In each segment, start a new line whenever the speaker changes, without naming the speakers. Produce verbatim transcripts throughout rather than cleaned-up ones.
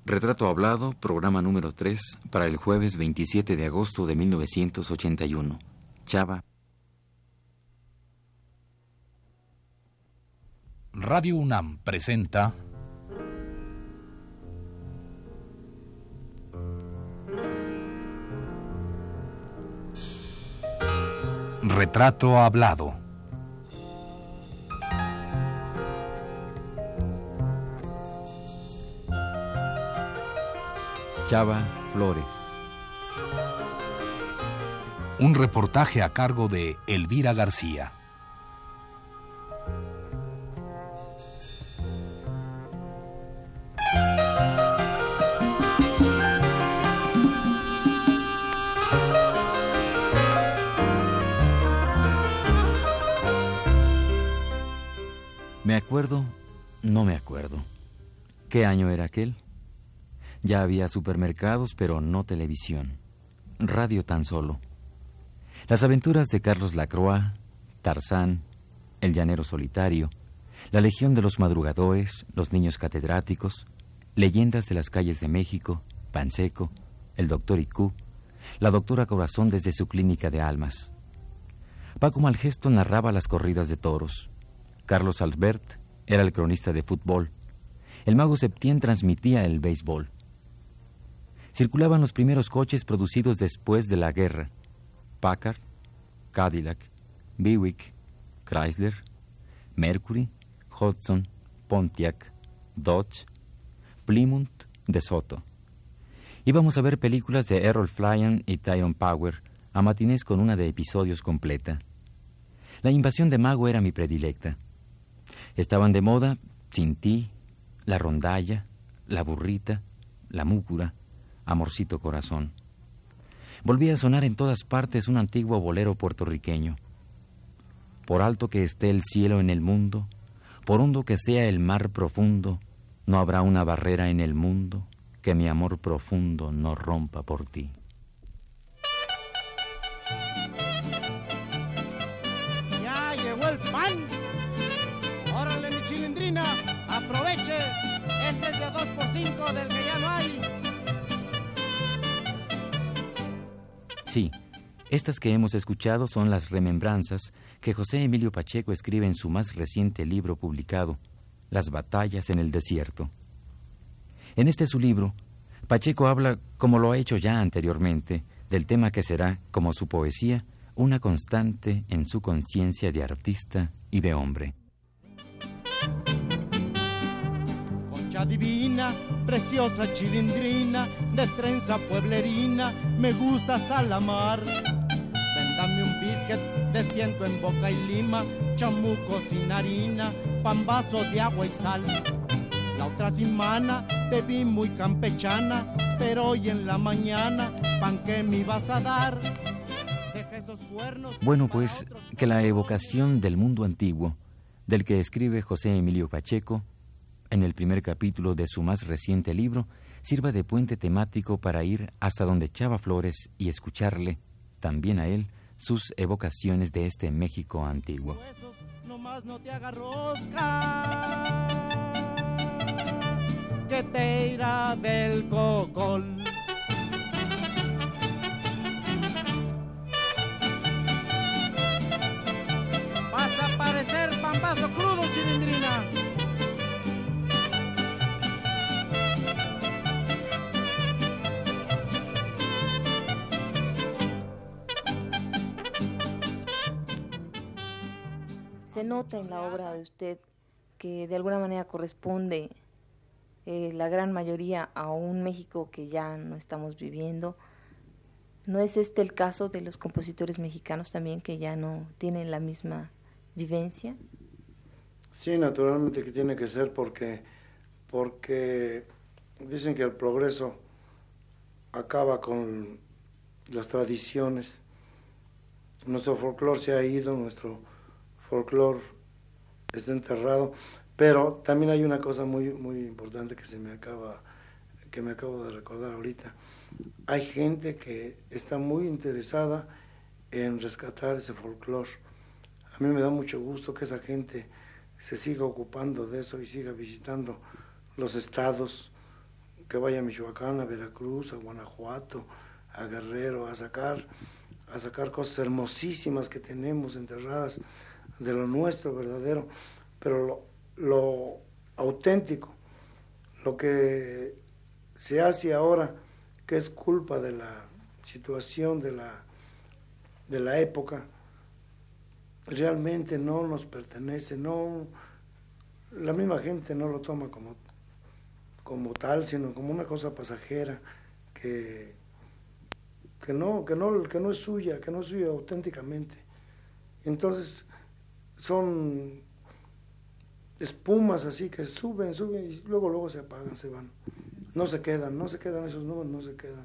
Retrato Hablado, programa número tres, para el jueves veintisiete de agosto de mil novecientos ochenta y uno. Chava.
Radio UNAM presenta Retrato Hablado.
Chava Flores.
Un reportaje a cargo de Elvira García.
Me acuerdo, no me acuerdo. ¿Qué año era aquel? Ya había supermercados, pero no televisión. Radio tan solo. Las aventuras de Carlos Lacroix, Tarzán, El llanero solitario, La legión de los madrugadores, Los niños catedráticos, Leyendas de las calles de México, Panseco, El doctor Icú, La doctora Corazón desde su clínica de almas. Paco Malgesto narraba las corridas de toros. Carlos Albert era el cronista de fútbol. El mago Septién transmitía el béisbol. Circulaban los primeros coches producidos después de la guerra: Packard, Cadillac, Buick, Chrysler, Mercury, Hudson, Pontiac, Dodge, Plymouth, DeSoto. Íbamos a ver películas de Errol Flynn y Tyrone Power a matinés con una de episodios completa. La invasión de Mago era mi predilecta. Estaban de moda Sin ti, La rondalla, La burrita, La múcura, Amorcito corazón. Volvía a sonar en todas partes un antiguo bolero puertorriqueño. Por alto que esté el cielo en el mundo, por hondo que sea el mar profundo, no habrá una barrera en el mundo que mi amor profundo no rompa por ti.
Ya llegó el pan. Órale, mi chilindrina, aproveche. Este es de dos por cinco del que ya no hay.
Sí, estas que hemos escuchado son las remembranzas que José Emilio Pacheco escribe en su más reciente libro publicado, Las batallas en el desierto. En este su libro, Pacheco habla, como lo ha hecho ya anteriormente, del tema que será, como su poesía, una constante en su conciencia de artista y de hombre.
Concha divina, preciosa chilindrina, de trenza pueblerina, me gustas a la mar. Ven, dame un biscuit de ciento en Boca y Lima, chamuco sin harina, pan vaso de agua y sal. La otra semana te vi muy campechana, pero hoy en la mañana, pan que me ibas a dar. Deja esos cuernos.
Bueno, pues, que la evocación del mundo antiguo, del que escribe José Emilio Pacheco, en el primer capítulo de su más reciente libro, sirva de puente temático para ir hasta donde Chava Flores y escucharle, también a él, sus evocaciones de este México antiguo.
Nomás no te hagas rosca, que te irá del cocol. Vas a parecer pambazo crudo, chilindrina.
Se nota en la obra de usted que de alguna manera corresponde eh, la gran mayoría a un México que ya no estamos viviendo. ¿No es este el caso de los compositores mexicanos también, que ya no tienen la misma vivencia?
Sí, naturalmente que tiene que ser, porque, porque dicen que el progreso acaba con las tradiciones. Nuestro folclore se ha ido, nuestro folclore está enterrado, pero también hay una cosa muy muy importante que se me acaba que me acabo de recordar ahorita. Hay gente que está muy interesada en rescatar ese folclore. A mí me da mucho gusto que esa gente se siga ocupando de eso y siga visitando los estados, que vaya a Michoacán, a Veracruz, a Guanajuato, a Guerrero, a sacar, a sacar cosas hermosísimas que tenemos enterradas de lo nuestro verdadero, pero lo, lo auténtico, lo que se hace ahora, que es culpa de la situación de la, de la época, realmente no nos pertenece, no, la misma gente no lo toma como, como tal, sino como una cosa pasajera que, que, no, que, no, que no es suya, que no es suya auténticamente. Entonces son espumas así que suben, suben y luego, luego se apagan, se van. No se quedan, no se quedan esos números, no se quedan.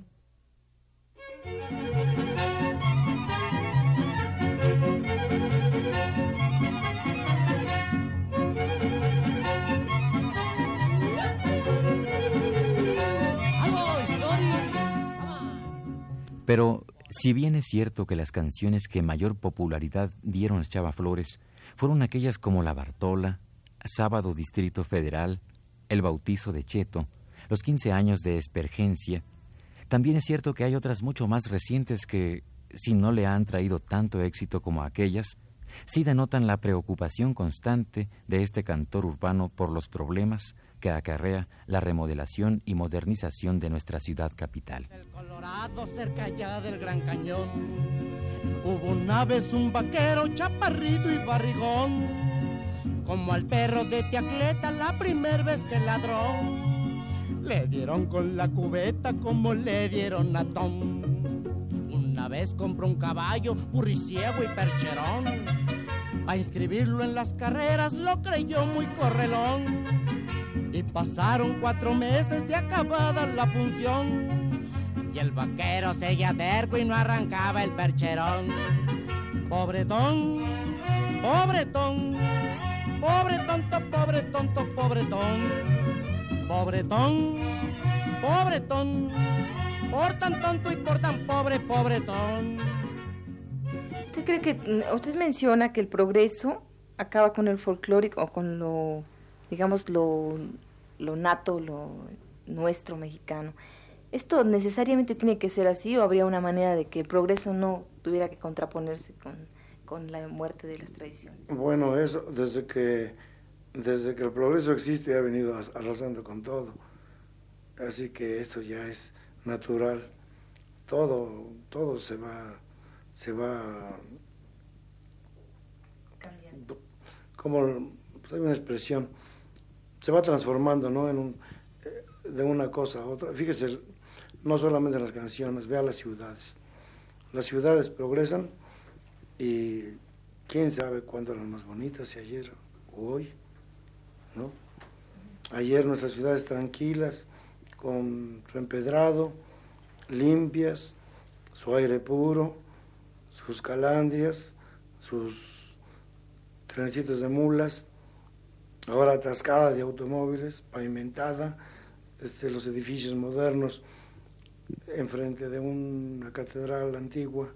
Pero si bien es cierto que las canciones que mayor popularidad dieron a Chava Flores fueron aquellas como La Bartola, Sábado Distrito Federal, El Bautizo de Cheto, Los quince años de Espergencia, también es cierto que hay otras mucho más recientes que, si no le han traído tanto éxito como aquellas, sí denotan la preocupación constante de este cantor urbano por los problemas que acarrea la remodelación y modernización de nuestra ciudad capital.
El Colorado, cerca ya del Gran Cañón, hubo una vez un vaquero chaparrito y barrigón, como al perro de Tiacleta la primer vez que ladró. Le dieron con la cubeta como le dieron a Tom. Una vez compró un caballo burriciego y percherón, a inscribirlo en las carreras lo creyó muy correlón. Y pasaron cuatro meses de acabada la función, y el vaquero seguía terco y no arrancaba el percherón. Pobretón, pobretón, pobre tonto, pobre tonto, pobretón, pobretón, pobretón, por tan tonto y por tan pobre, pobretón.
¿Usted cree que, usted menciona que el progreso acaba con el folclórico o con lo, digamos, lo, lo nato, lo nuestro mexicano? ¿Esto necesariamente tiene que ser así o habría una manera de que el progreso no tuviera que contraponerse con, con la muerte de las tradiciones?
Bueno, eso desde que, desde que el progreso existe ha venido arrasando con todo. Así que eso ya es natural. Todo, todo se va, se va cambiando. Como pues hay una expresión, se va transformando, ¿no? En un, de una cosa a otra. Fíjese, no solamente en las canciones, vea las ciudades. Las ciudades progresan y quién sabe cuándo eran más bonitas, si ayer o hoy, ¿no? Ayer nuestras ciudades tranquilas, con su empedrado, limpias, su aire puro, sus calandrias, sus trencitos de mulas, ahora atascada de automóviles, pavimentada, este, los edificios modernos enfrente de una catedral antigua.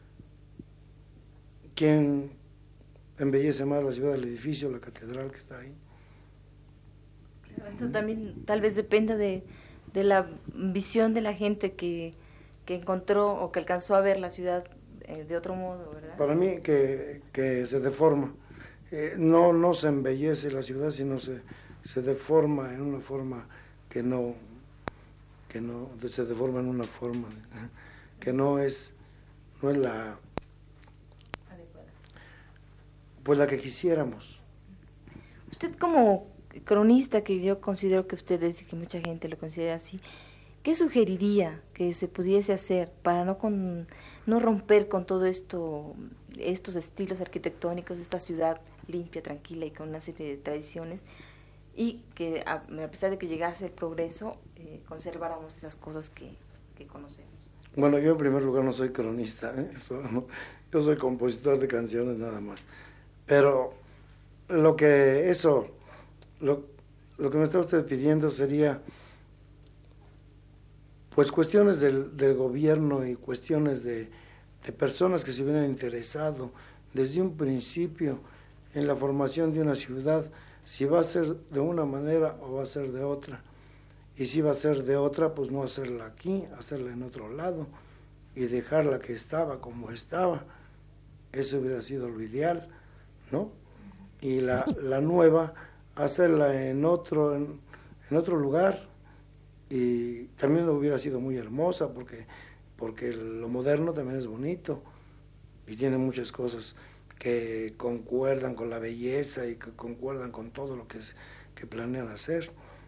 ¿Quién embellece más la ciudad, el edificio, la catedral que está ahí?
Esto también tal vez dependa de, de la visión de la gente que, que encontró o que alcanzó a ver la ciudad eh, de otro modo, ¿verdad?
Para mí que, que se deforma. Eh, no, no se embellece la ciudad, sino se, se deforma en una forma que no, que no, se deforma en una forma que no es, no es la adecuada, pues la que quisiéramos.
Usted como cronista, que yo considero que usted es y que mucha gente lo considera así, ¿qué sugeriría que se pudiese hacer para no con, no romper con todo esto, estos estilos arquitectónicos, esta ciudad limpia, tranquila y con una serie de tradiciones, y que a, a pesar de que llegase el progreso, eh, conserváramos esas cosas que, que conocemos?
Bueno, yo en primer lugar no soy cronista, ¿eh? Eso, no, yo soy compositor de canciones nada más, pero lo que eso, lo, lo que me está usted pidiendo sería pues cuestiones del, del gobierno y cuestiones de, de personas que se hubieran interesado desde un principio en la formación de una ciudad, si va a ser de una manera o va a ser de otra, y si iba a ser de otra, pues no hacerla aquí, hacerla en otro lado y dejarla que estaba como estaba. Eso hubiera sido lo ideal, ¿no? Y la, la nueva, hacerla en otro, en, en otro lugar, y también hubiera sido muy hermosa, porque, porque lo moderno también es bonito y tiene muchas cosas que concuerdan con la belleza y que concuerdan con todo lo que, es, que planean hacer.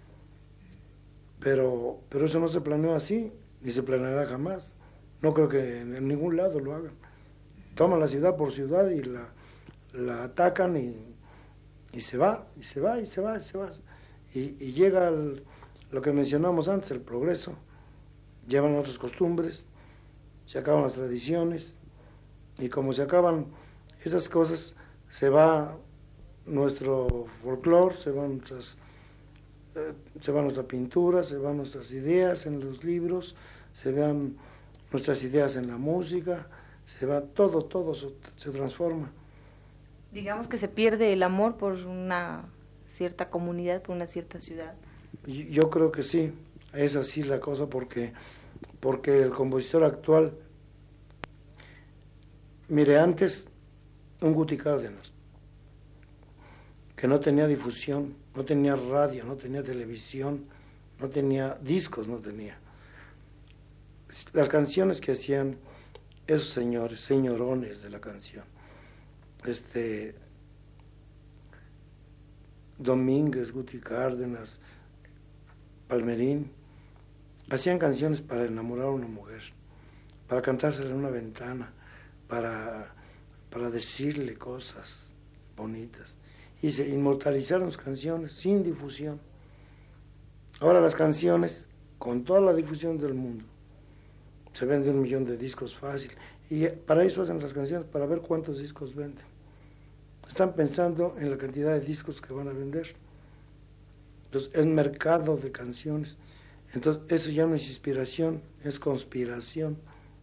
Pero, pero eso no se planeó así, ni se planeará jamás. No creo que en, en ningún lado lo hagan. Toman la ciudad por ciudad y la, la atacan y, y se va, y se va, y se va, y se va. Y, y llega el, lo que mencionamos antes, el progreso. Llevan otras costumbres, se acaban las tradiciones, y como se acaban esas cosas, se va nuestro folclore, se van nuestras, eh, se va nuestra pintura, se van nuestras ideas en los libros, se van nuestras ideas en la música, se va todo, todo se, se transforma.
Digamos que se pierde el amor por una cierta comunidad, por una cierta ciudad.
Yo, yo creo que sí, es así la cosa, porque, porque el compositor actual, mire, antes un Guti Cárdenas, que no tenía difusión, no tenía radio, no tenía televisión, no tenía discos, no tenía. Las canciones que hacían esos señores, señorones de la canción, este, Domínguez, Guti Cárdenas, Palmerín, hacían canciones para enamorar a una mujer, para cantársela en una ventana, para, para decirle cosas bonitas. Y se inmortalizaron sus canciones sin difusión. Ahora las canciones, con toda la difusión del mundo, se vende un millón de discos fácil. Y para eso hacen las canciones, para ver cuántos discos venden. Están pensando en la cantidad de discos que van a vender. Entonces, es mercado de canciones. Entonces, eso ya no es inspiración, es conspiración.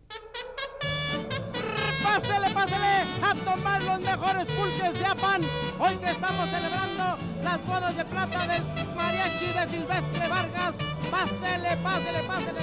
Pásele, pásele a tomar los mejores pulques de Apan. Hoy que estamos celebrando las bodas de plata del mariachi de Silvestre Vargas. Pásele, pásele, pásele.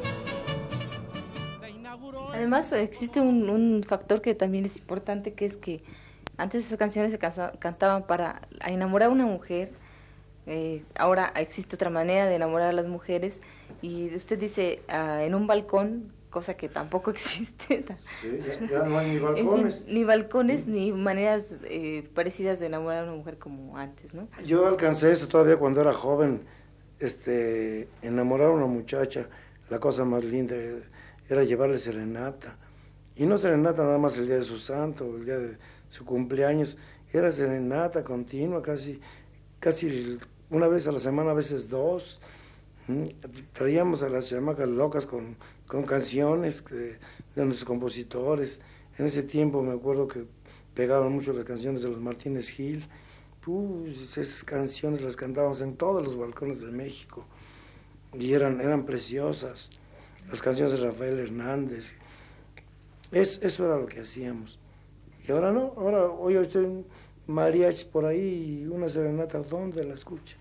Se inauguró.
Además, existe un, un factor que también es importante, que es que antes esas canciones se cansa, cantaban para enamorar a una mujer. Eh, ahora existe otra manera de enamorar a las mujeres. Y usted dice, uh, en un balcón, cosa que tampoco existe.
Sí, ya, ya no hay ni balcones.
Ni balcones, ni maneras eh, parecidas de enamorar a una mujer como antes, ¿no?
Yo alcancé eso todavía cuando era joven, este, enamorar a una muchacha, la cosa más linda era, era llevarle serenata. Y no serenata nada más el día de su santo, el día de su cumpleaños, era serenata continua, casi, casi una vez a la semana, a veces dos. Traíamos a las chamacas locas con, con canciones de, de nuestros compositores. En ese tiempo me acuerdo que pegaban mucho las canciones de los Martínez Gil. Pues esas canciones las cantábamos en todos los balcones de México y eran, eran preciosas. Las canciones de Rafael Hernández, es, eso era lo que hacíamos. Y ahora no, ahora oye usted un mariachi por ahí y una serenata, ¿dónde la escucha?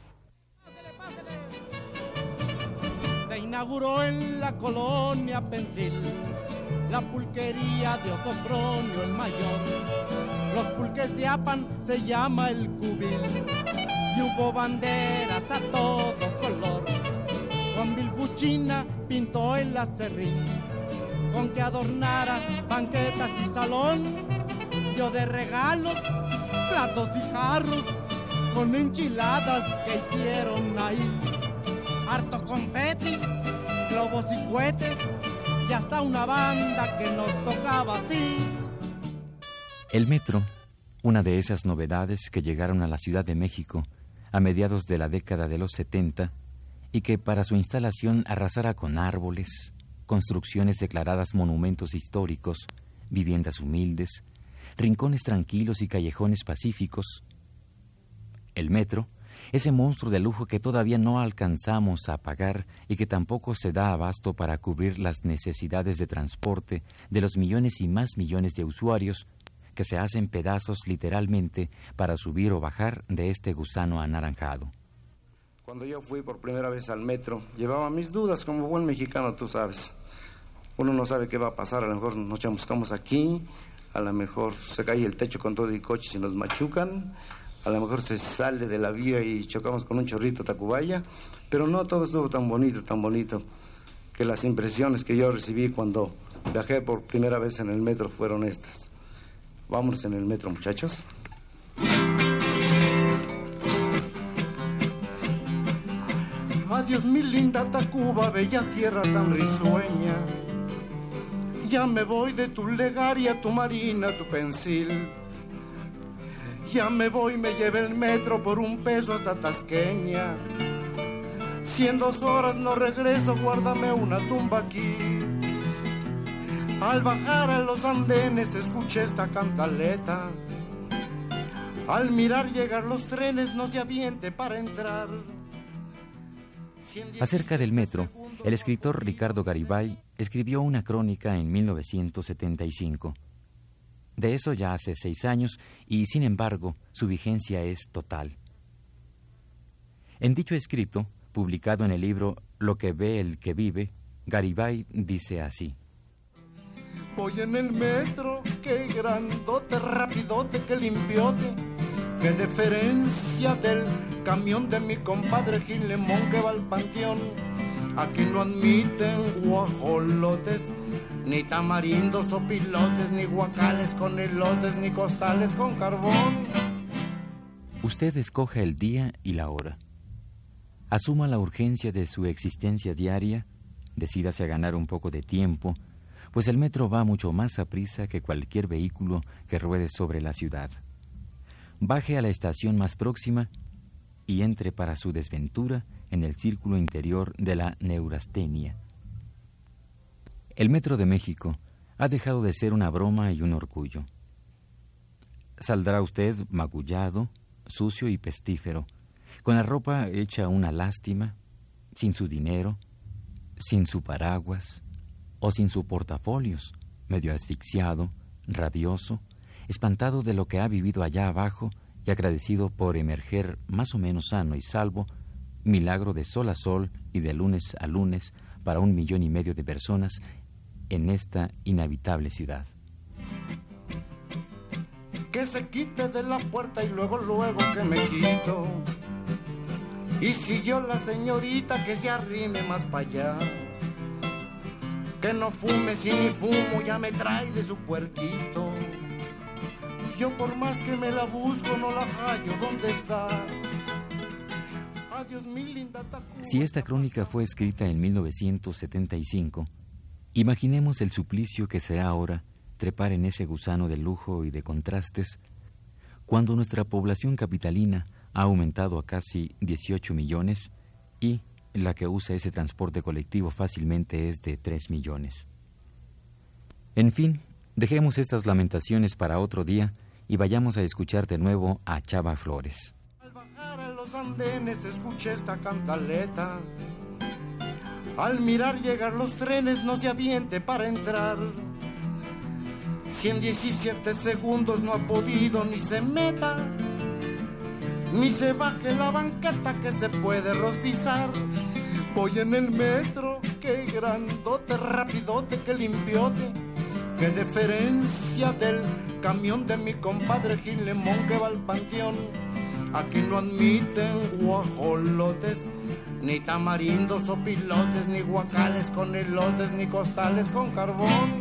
Se inauguró en la colonia Pensil la pulquería de Osofronio el Mayor. Los pulques de Apan se llama el Cubil y hubo banderas a todo color. Juan Vilfuchina pintó el acerrín con que adornara banquetas y salón. Dio de regalos platos y jarros con enchiladas que hicieron ahí. Harto confeti, globos y cohetes y hasta una banda que nos tocaba así.
El metro, una de esas novedades que llegaron a la Ciudad de México a mediados de la década de los setenta y que para su instalación arrasara con árboles, construcciones declaradas monumentos históricos, viviendas humildes, rincones tranquilos y callejones pacíficos. El metro, ese monstruo de lujo que todavía no alcanzamos a pagar y que tampoco se da abasto para cubrir las necesidades de transporte de los millones y más millones de usuarios que se hacen pedazos literalmente para subir o bajar de este gusano anaranjado.
Cuando yo fui por primera vez al metro, llevaba mis dudas como buen mexicano, tú sabes. Uno no sabe qué va a pasar, a lo mejor nos chamuscamos aquí, a lo mejor se cae el techo con todo y coches y nos machucan, a lo mejor se sale de la vía y chocamos con un chorrito Tacubaya, pero no todo estuvo tan bonito, tan bonito, que las impresiones que yo recibí cuando viajé por primera vez en el metro fueron estas. Vámonos en el metro, muchachos. Adiós mi linda Tacuba, bella tierra tan risueña. Ya me voy de tu legaria, tu marina, tu pensil. Ya me voy, me lleve el metro por un peso hasta Tasqueña. Si en dos horas no regreso, guárdame una tumba aquí. Al bajar a los andenes escuché esta cantaleta. Al mirar llegar los trenes no se aviente para entrar.
Acerca del metro, el escritor Ricardo Garibay escribió una crónica en mil novecientos setenta y cinco. De eso ya hace seis años y, sin embargo, su vigencia es total. En dicho escrito, publicado en el libro Lo que ve el que vive, Garibay dice así:
voy en el metro, qué grandote, rapidote, qué limpiote, qué diferencia del camión de mi compadre Gilemón que va al panteón. Aquí no admiten guajolotes, ni tamarindos o pilotes, ni guacales con elotes, ni costales con carbón.
Usted escoja el día y la hora. Asuma la urgencia de su existencia diaria, decídase a ganar un poco de tiempo, pues el metro va mucho más a prisa que cualquier vehículo que ruede sobre la ciudad. Baje a la estación más próxima y entre para su desventura en el círculo interior de la neurastenia. El Metro de México ha dejado de ser una broma y un orgullo. Saldrá usted magullado, sucio y pestífero, con la ropa hecha una lástima, sin su dinero, sin su paraguas o sin su portafolios, medio asfixiado, rabioso, espantado de lo que ha vivido allá abajo y agradecido por emerger más o menos sano y salvo, milagro de sol a sol y de lunes a lunes para un millón y medio de personas en esta inhabitable ciudad.
Que se quite de la puerta y luego, luego que me quito. Y si yo la señorita que se arrime más para allá. Que no fume si ni fumo, ya me trae de su puerquito. Yo por más que me la busco no la hallo, ¿dónde está? Adiós mi linda Tacuba.
Si esta crónica fue escrita en mil novecientos setenta y cinco, imaginemos el suplicio que será ahora trepar en ese gusano de lujo y de contrastes cuando nuestra población capitalina ha aumentado a casi dieciocho millones y la que usa ese transporte colectivo fácilmente es de tres millones. En fin, dejemos estas lamentaciones para otro día y vayamos a escuchar de nuevo a Chava Flores.
Al bajar a los andenes escuché esta cantaleta. Al mirar llegar los trenes no se aviente para entrar. Si en diecisiete segundos no ha podido ni se meta, ni se baje la banqueta que se puede rostizar. Voy en el metro, qué grandote, rapidote, qué limpiote, qué diferencia del camión de mi compadre Gilemón que va al panteón. Aquí no admiten guajolotes, ni tamarindos o pilotes, ni guacales con elotes, ni costales con carbón.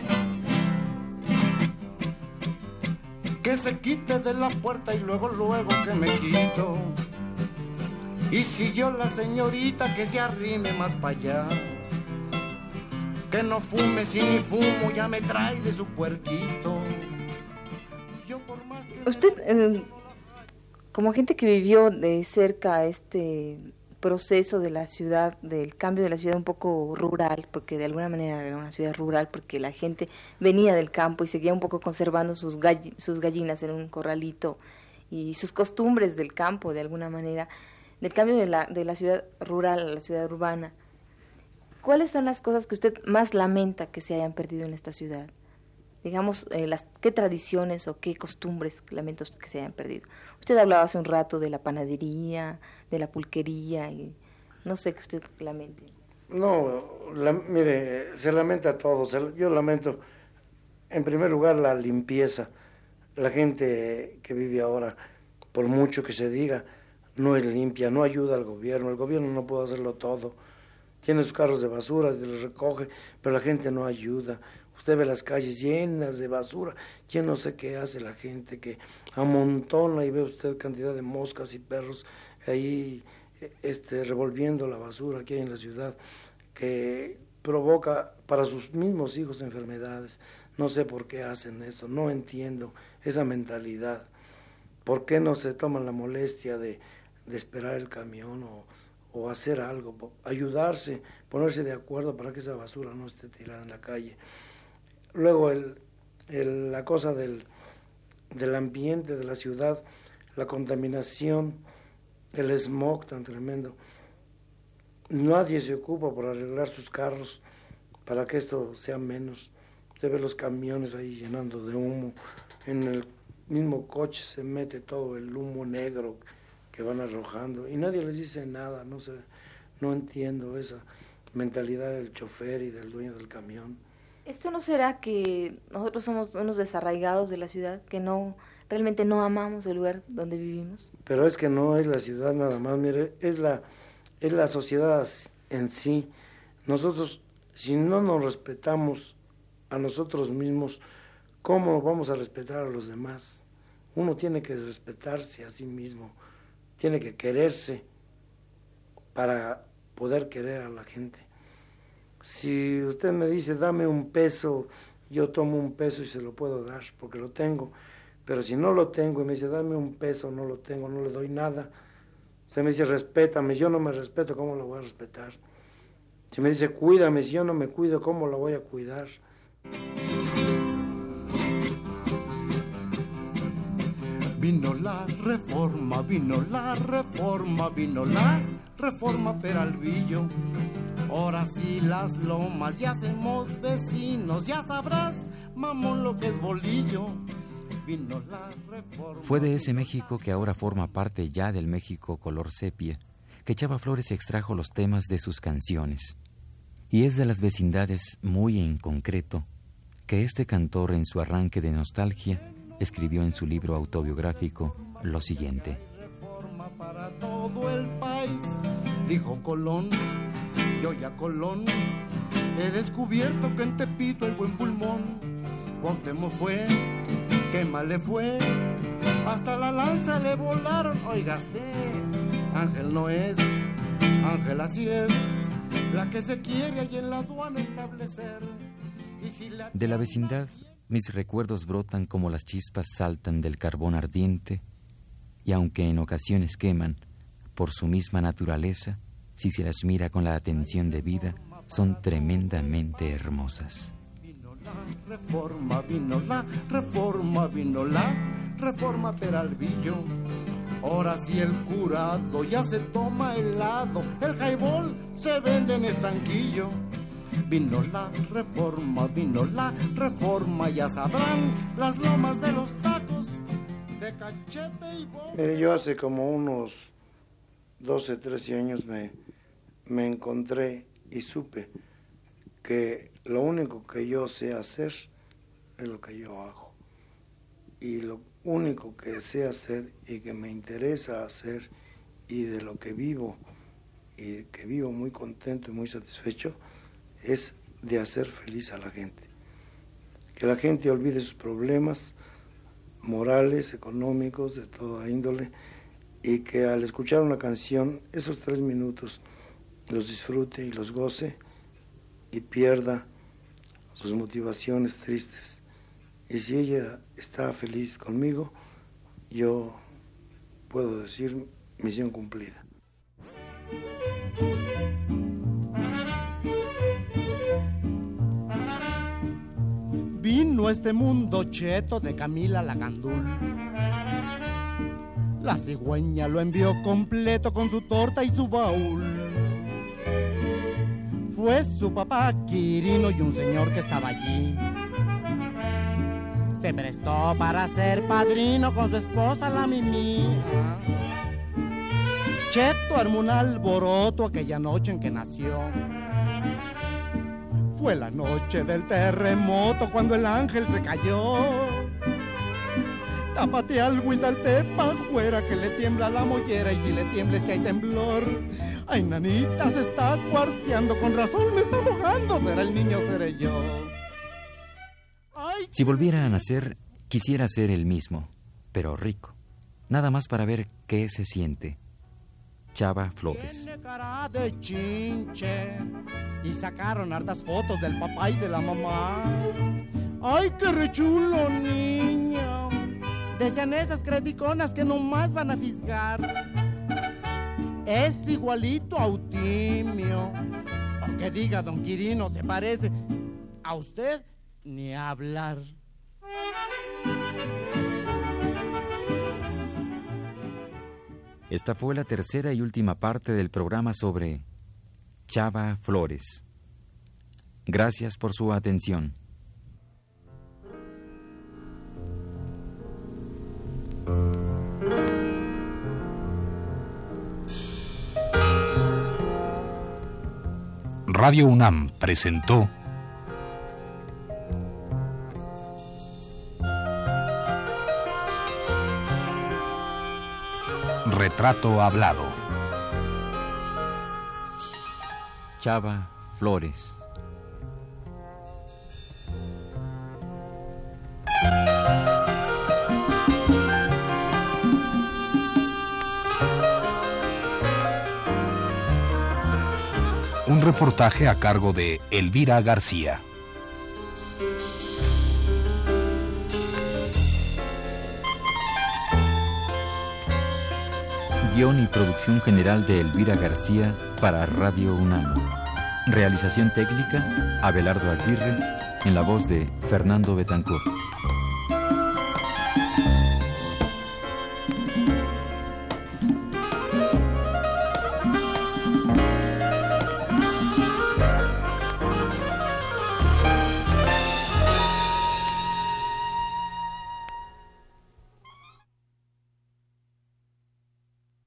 Que se quite de la puerta y luego, luego que me quito. Y si yo la señorita que se arrime más para allá. Que no fume si ni fumo, ya me trae de su puerquito. Yo por más que
Usted, eh, como gente que vivió de cerca este proceso de la ciudad, del cambio de la ciudad un poco rural, porque de alguna manera era una ciudad rural, porque la gente venía del campo y seguía un poco conservando sus, gall- sus gallinas en un corralito y sus costumbres del campo de alguna manera, del cambio de la, de la ciudad rural a la ciudad urbana. ¿Cuáles son las cosas que usted más lamenta que se hayan perdido en esta ciudad? Digamos, eh, las, ¿qué tradiciones o qué costumbres lamenta usted que se hayan perdido? Usted hablaba hace un rato de la panadería, de la pulquería y No sé que usted lamente.
No, la, mire, se lamenta todo. Se, yo lamento, en primer lugar, la limpieza. La gente que vive ahora, por mucho que se diga, no es limpia, no ayuda al gobierno. El gobierno no puede hacerlo todo. Tiene sus carros de basura, los recoge, pero la gente no ayuda. Usted ve las calles llenas de basura. Yo no sé qué hace la gente que amontona y ve usted cantidad de moscas y perros ahí este, revolviendo la basura que hay en la ciudad, que provoca para sus mismos hijos enfermedades. No sé por qué hacen eso, no entiendo esa mentalidad. ¿Por qué no se toman la molestia de, de esperar el camión o, o hacer algo, ayudarse, ponerse de acuerdo para que esa basura no esté tirada en la calle? Luego el, el, la cosa del, del ambiente de la ciudad, la contaminación, el smog tan tremendo. Nadie se ocupa por arreglar sus carros para que esto sea menos. Se ve los camiones ahí llenando de humo. En el mismo coche se mete todo el humo negro que van arrojando y nadie les dice nada. No sé, no entiendo esa mentalidad del chofer y del dueño del camión.
¿Esto no será que nosotros somos unos desarraigados de la ciudad, que no realmente no amamos el lugar donde vivimos?
Pero es que no es la ciudad nada más, mire, es la, es la sociedad en sí. Nosotros, si no nos respetamos a nosotros mismos, ¿cómo vamos a respetar a los demás? Uno tiene que respetarse a sí mismo, tiene que quererse para poder querer a la gente. Si usted me dice, dame un peso, yo tomo un peso y se lo puedo dar, porque lo tengo. Pero si no lo tengo y me dice, dame un peso, no lo tengo, no le doy nada. Usted me dice, respétame, yo no me respeto, ¿cómo lo voy a respetar? Si me dice, cuídame, si yo no me cuido, ¿cómo lo voy a cuidar?
Vino la reforma, vino la reforma, vino la reforma Peralvillo. Ahora sí las lomas ya hacemos vecinos, ya sabrás, mamón, lo que es bolillo. Vino la reforma.
Fue de ese México que ahora forma parte ya del México color sepia, que Chava Flores extrajo los temas de sus canciones. Y es de las vecindades muy en concreto que este cantor, en su arranque de nostalgia, escribió en su libro autobiográfico lo siguiente.
Reforma para todo el país, dijo Colón. Yo ya Colón he descubierto que en Tepito hay buen pulmón. Cuauhtémoc fue, qué mal le fue, hasta la lanza le volaron. Oigaste, Ángel no es, Ángel así es, la que se quiere ahí en la aduana establecer. Y si la...
De la vecindad, mis recuerdos brotan como las chispas saltan del carbón ardiente, y aunque en ocasiones queman, por su misma naturaleza, si se las mira con la atención debida, son tremendamente hermosas.
Vino la reforma, vino la reforma, vino la reforma Peralvillo. Ahora sí el curado ya se toma helado, el highball se vende en estanquillo. Vino la reforma, vino la reforma, ya sabrán las lomas de los tacos de cachete y bomba.
Mire, yo hace como unos doce, trece años me, me encontré y supe que lo único que yo sé hacer es lo que yo hago. Y lo único que sé hacer y que me interesa hacer y de lo que vivo, y que vivo muy contento y muy satisfecho, es de hacer feliz a la gente. Que la gente olvide sus problemas morales, económicos, de toda índole, y que al escuchar una canción, esos tres minutos, los disfrute y los goce y pierda sus motivaciones tristes. Y si ella está feliz conmigo, yo puedo decir misión cumplida.
Vino este mundo cheto de Camila Lagandul. La cigüeña lo envió completo con su torta y su baúl. Fue su papá Quirino y un señor que estaba allí. Se prestó para ser padrino con su esposa la Mimí. Cheto armó un alboroto aquella noche en que nació. Fue la noche del terremoto cuando el ángel se cayó. Tápate algo y salte pa' afuera que le tiembla la mollera, y si le tiembla es que hay temblor. Ay, nanita, se está cuarteando, con razón me está mojando, será el niño, seré yo. Ay,
si volviera a nacer, quisiera ser el mismo, pero rico, nada más para ver qué se siente. Chava Flores.
Tiene cara de chinche y sacaron hartas fotos del papá y de la mamá. Ay, qué rechulo niño. Decían esas criticonas que nomás van a fisgar. Es igualito a Eutimio. Aunque diga don Quirino, se parece a usted, ni hablar.
Esta fue la tercera y última parte del programa sobre Chava Flores. Gracias por su atención.
Radio UNAM presentó Retrato Hablado.
Chava Flores.
Un reportaje a cargo de Elvira García.
Guión y producción general de Elvira García para Radio UNAM. Realización técnica, Abelardo Aguirre, en la voz de Fernando Betancourt.